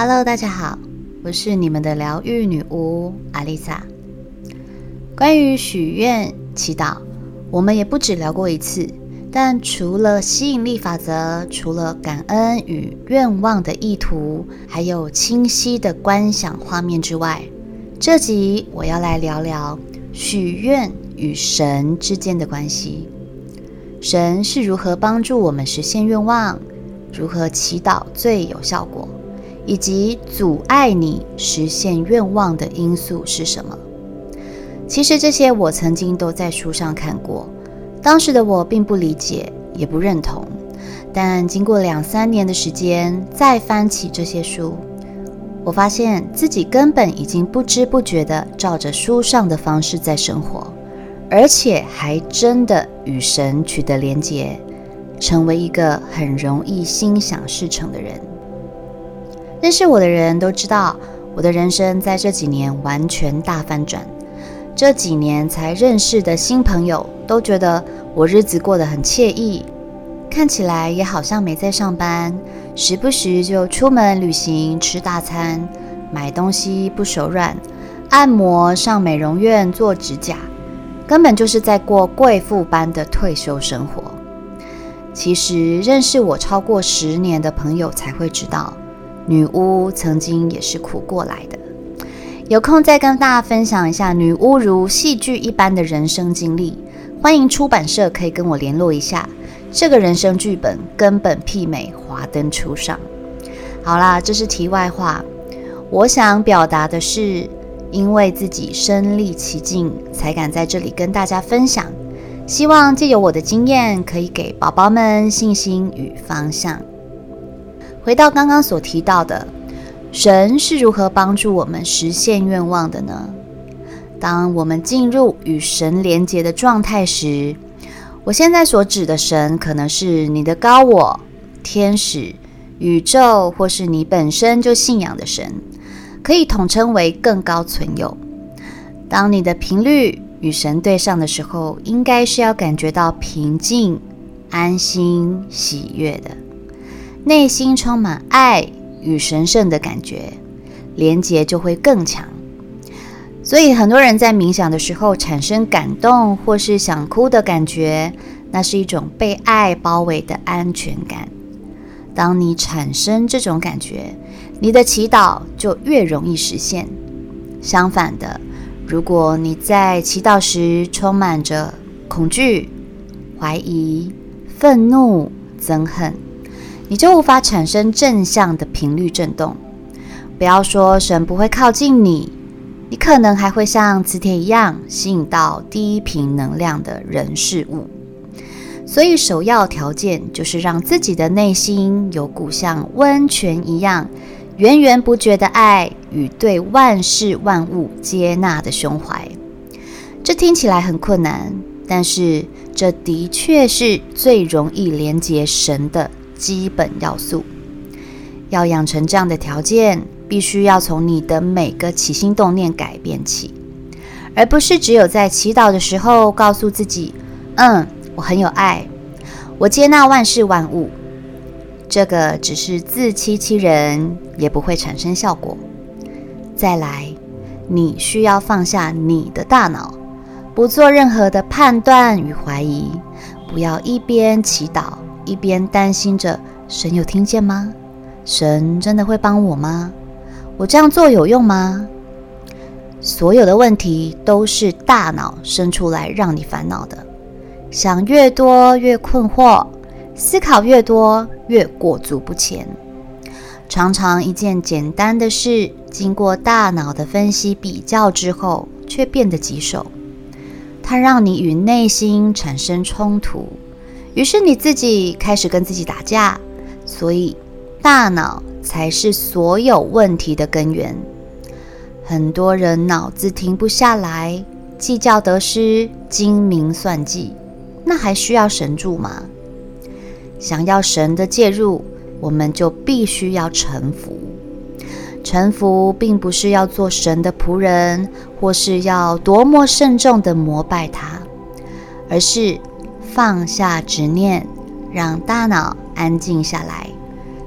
Hello， 大家好，我是你们的疗愈女巫阿丽萨。关于许愿、祈祷，我们也不止聊过一次。但除了吸引力法则，除了感恩与愿望的意图，还有清晰的观想画面之外，这集我要来聊聊许愿与神之间的关系。神是如何帮助我们实现愿望，如何祈祷最有效果，以及阻碍你实现愿望的因素是什么。其实这些我曾经都在书上看过，当时的我并不理解，也不认同，但经过2-3年的时间，再翻起这些书，我发现自己根本已经不知不觉地照着书上的方式在生活，而且还真的与神取得连结，成为一个很容易心想事成的人。认识我的人都知道，我的人生在这几年完全大翻转。这几年才认识的新朋友都觉得我日子过得很惬意，看起来也好像没在上班，时不时就出门旅行、吃大餐、买东西不手软、按摩、上美容院做指甲，根本就是在过贵妇般的退休生活。其实认识我超过10年的朋友才会知道，女巫曾经也是苦过来的。有空再跟大家分享一下女巫如戏剧一般的人生经历，欢迎出版社可以跟我联络一下，这个人生剧本根本媲美华灯初上。好啦，这是题外话，我想表达的是，因为自己身历其境，才敢在这里跟大家分享，希望借由我的经验，可以给宝宝们信心与方向。回到刚刚所提到的，神是如何帮助我们实现愿望的呢？当我们进入与神连结的状态时，我现在所指的神可能是你的高我、天使、宇宙，或是你本身就信仰的神，可以统称为更高存有。当你的频率与神对上的时候，应该是要感觉到平静、安心、喜悦的，内心充满爱与神圣的感觉，连结就会更强。所以很多人在冥想的时候产生感动或是想哭的感觉，那是一种被爱包围的安全感。当你产生这种感觉，你的祈祷就越容易实现。相反的，如果你在祈祷时充满着恐惧、怀疑、愤怒、憎恨，你就无法产生正向的频率震动。不要说神不会靠近你，你可能还会像磁铁一样吸引到低频能量的人事物。所以首要条件就是让自己的内心有股像温泉一样源源不绝的爱与对万事万物接纳的胸怀。这听起来很困难，但是这的确是最容易连接神的基本要素。要养成这样的条件，必须要从你的每个起心动念改变起，而不是只有在祈祷的时候告诉自己我很有爱，我接纳万事万物。这个只是自欺欺人，也不会产生效果。再来，你需要放下你的大脑，不做任何的判断与怀疑，不要一边祈祷一边担心着神有听见吗？神真的会帮我吗？我这样做有用吗？所有的问题都是大脑生出来让你烦恼的。想越多越困惑，思考越多越裹足不前。常常一件简单的事，经过大脑的分析比较之后，却变得棘手。它让你与内心产生冲突，于是你自己开始跟自己打架。所以大脑才是所有问题的根源。很多人脑子停不下来，计较得失，精明算计，那还需要神助吗？想要神的介入，我们就必须要臣服。臣服并不是要做神的仆人，或是要多么慎重的膜拜他，而是放下执念，让大脑安静下来，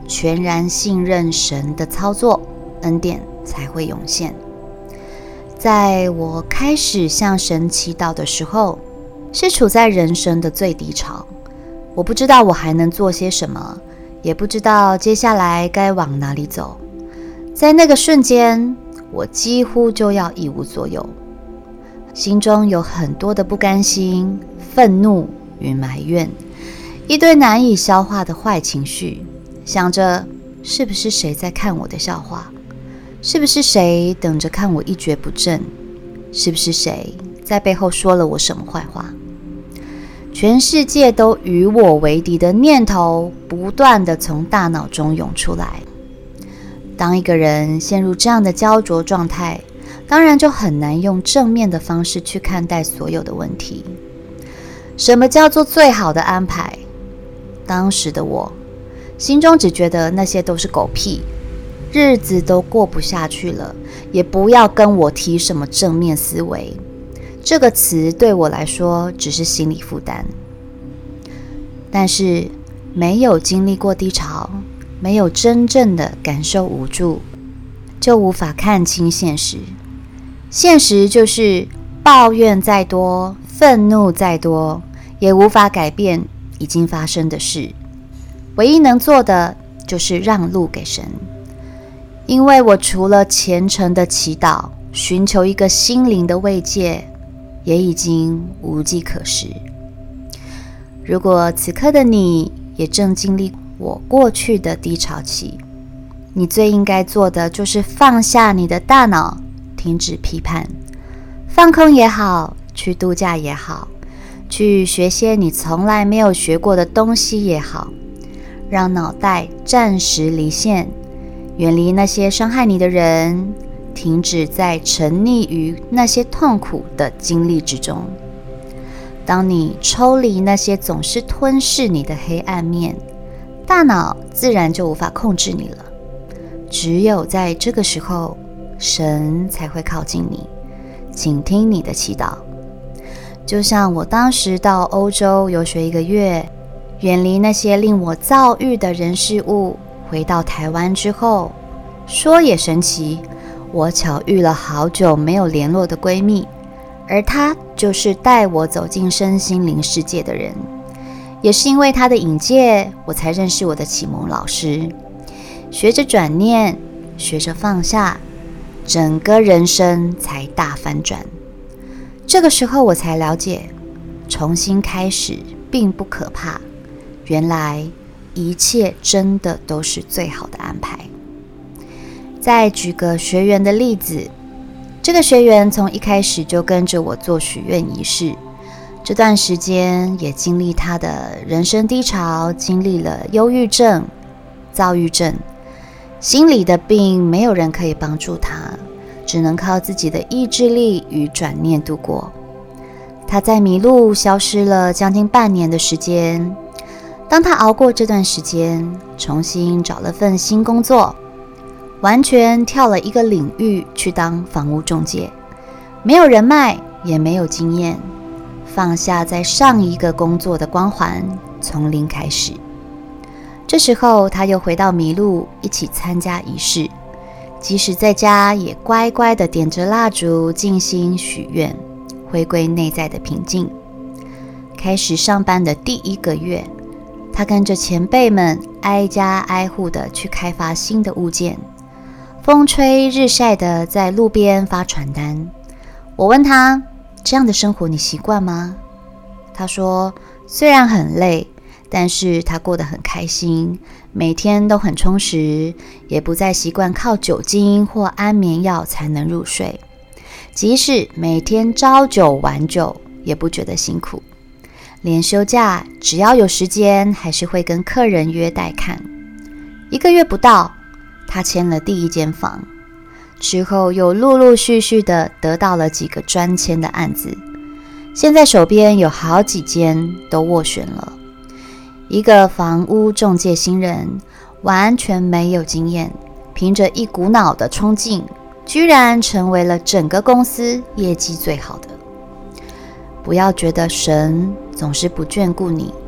全然信任神的操作，恩典才会涌现。在我开始向神祈祷的时候，是处在人生的最低潮，我不知道我还能做些什么，也不知道接下来该往哪里走。在那个瞬间，我几乎就要一无所有，心中有很多的不甘心、愤怒与埋怨，一堆难以消化的坏情绪，想着是不是谁在看我的笑话，是不是谁等着看我一蹶不振，是不是谁在背后说了我什么坏话。全世界都与我为敌的念头不断地从大脑中涌出来。当一个人陷入这样的焦灼状态，当然就很难用正面的方式去看待所有的问题。什么叫做最好的安排？当时的我心中只觉得那些都是狗屁，日子都过不下去了，也不要跟我提什么正面思维，这个词对我来说只是心理负担。但是没有经历过低潮，没有真正的感受无助，就无法看清现实。现实就是抱怨再多，愤怒再多，也无法改变已经发生的事。唯一能做的就是让路给神，因为我除了虔诚的祈祷，寻求一个心灵的慰藉，也已经无计可施。如果此刻的你也正经历我过去的低潮期，你最应该做的就是放下你的大脑，停止批判，放空也好，去度假也好，去学些你从来没有学过的东西也好，让脑袋暂时离线，远离那些伤害你的人，停止在沉溺于那些痛苦的经历之中。当你抽离那些总是吞噬你的黑暗面，大脑自然就无法控制你了。只有在这个时候，神才会靠近你，倾听你的祈祷。就像我当时到欧洲游学1个月，远离那些令我躁郁的人事物，回到台湾之后，说也神奇，我巧遇了好久没有联络的闺蜜，而她就是带我走进身心灵世界的人。也是因为她的引介，我才认识我的启蒙老师，学着转念，学着放下，整个人生才大翻转。这个时候我才了解，重新开始并不可怕，原来一切真的都是最好的安排。再举个学员的例子，这个学员从一开始就跟着我做许愿仪式，这段时间也经历他的人生低潮，经历了忧郁症、躁郁症，心理的病没有人可以帮助他，只能靠自己的意志力与转念度过。他在迷路消失了将近半年的时间，当他熬过这段时间，重新找了份新工作，完全跳了一个领域去当房屋中介，没有人脉，也没有经验，放下在上一个工作的光环，从零开始。这时候他又回到迷路，一起参加仪式，即使在家也乖乖地点着蜡烛，静心许愿，回归内在的平静。开始上班的第1个月，他跟着前辈们挨家挨户地去开发新的物件，风吹日晒的在路边发传单。我问他，这样的生活你习惯吗？他说，虽然很累，但是他过得很开心，每天都很充实，也不再习惯靠酒精或安眠药才能入睡，即使每天朝九晚九，也不觉得辛苦，连休假只要有时间，还是会跟客人约带看。1个月不到，他签了第1间房，之后又陆陆续续的得到了几个专签的案子，现在手边有好几间都斡旋了。一个房屋中介新人，完全没有经验，凭着一股脑的冲劲，居然成为了整个公司业绩最好的。不要觉得神总是不眷顾你，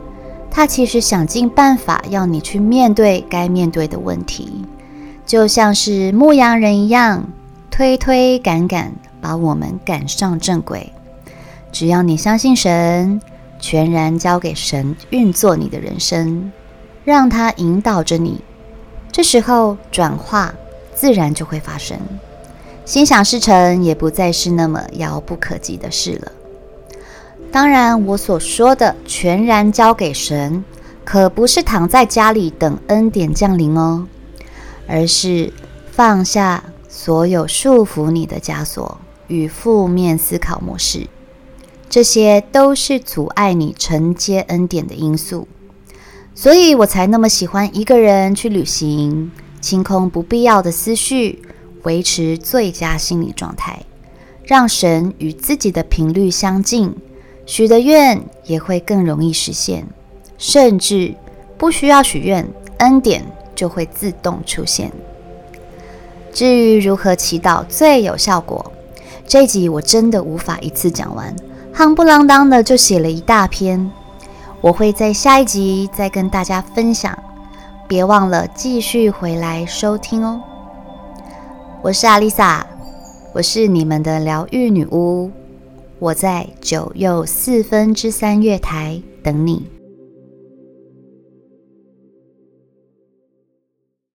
它其实想尽办法要你去面对该面对的问题，就像是牧羊人一样，推推赶赶，把我们赶上正轨。只要你相信神，全然交给神运作你的人生，让他引导着你，这时候转化自然就会发生，心想事成也不再是那么遥不可及的事了。当然，我所说的全然交给神，可不是躺在家里等恩典降临哦，而是放下所有束缚你的枷锁与负面思考模式，这些都是阻碍你承接恩典的因素。所以我才那么喜欢一个人去旅行，清空不必要的思绪，维持最佳心理状态，让神与自己的频率相近，许的愿也会更容易实现，甚至不需要许愿，恩典就会自动出现。至于如何祈祷最有效果，这一集我真的无法一次讲完，夯不啷当的就写了一大篇，我会在下一集再跟大家分享，别忘了继续回来收听哦。我是阿丽萨，我是你们的疗愈女巫，我在9又4分之3月台等你。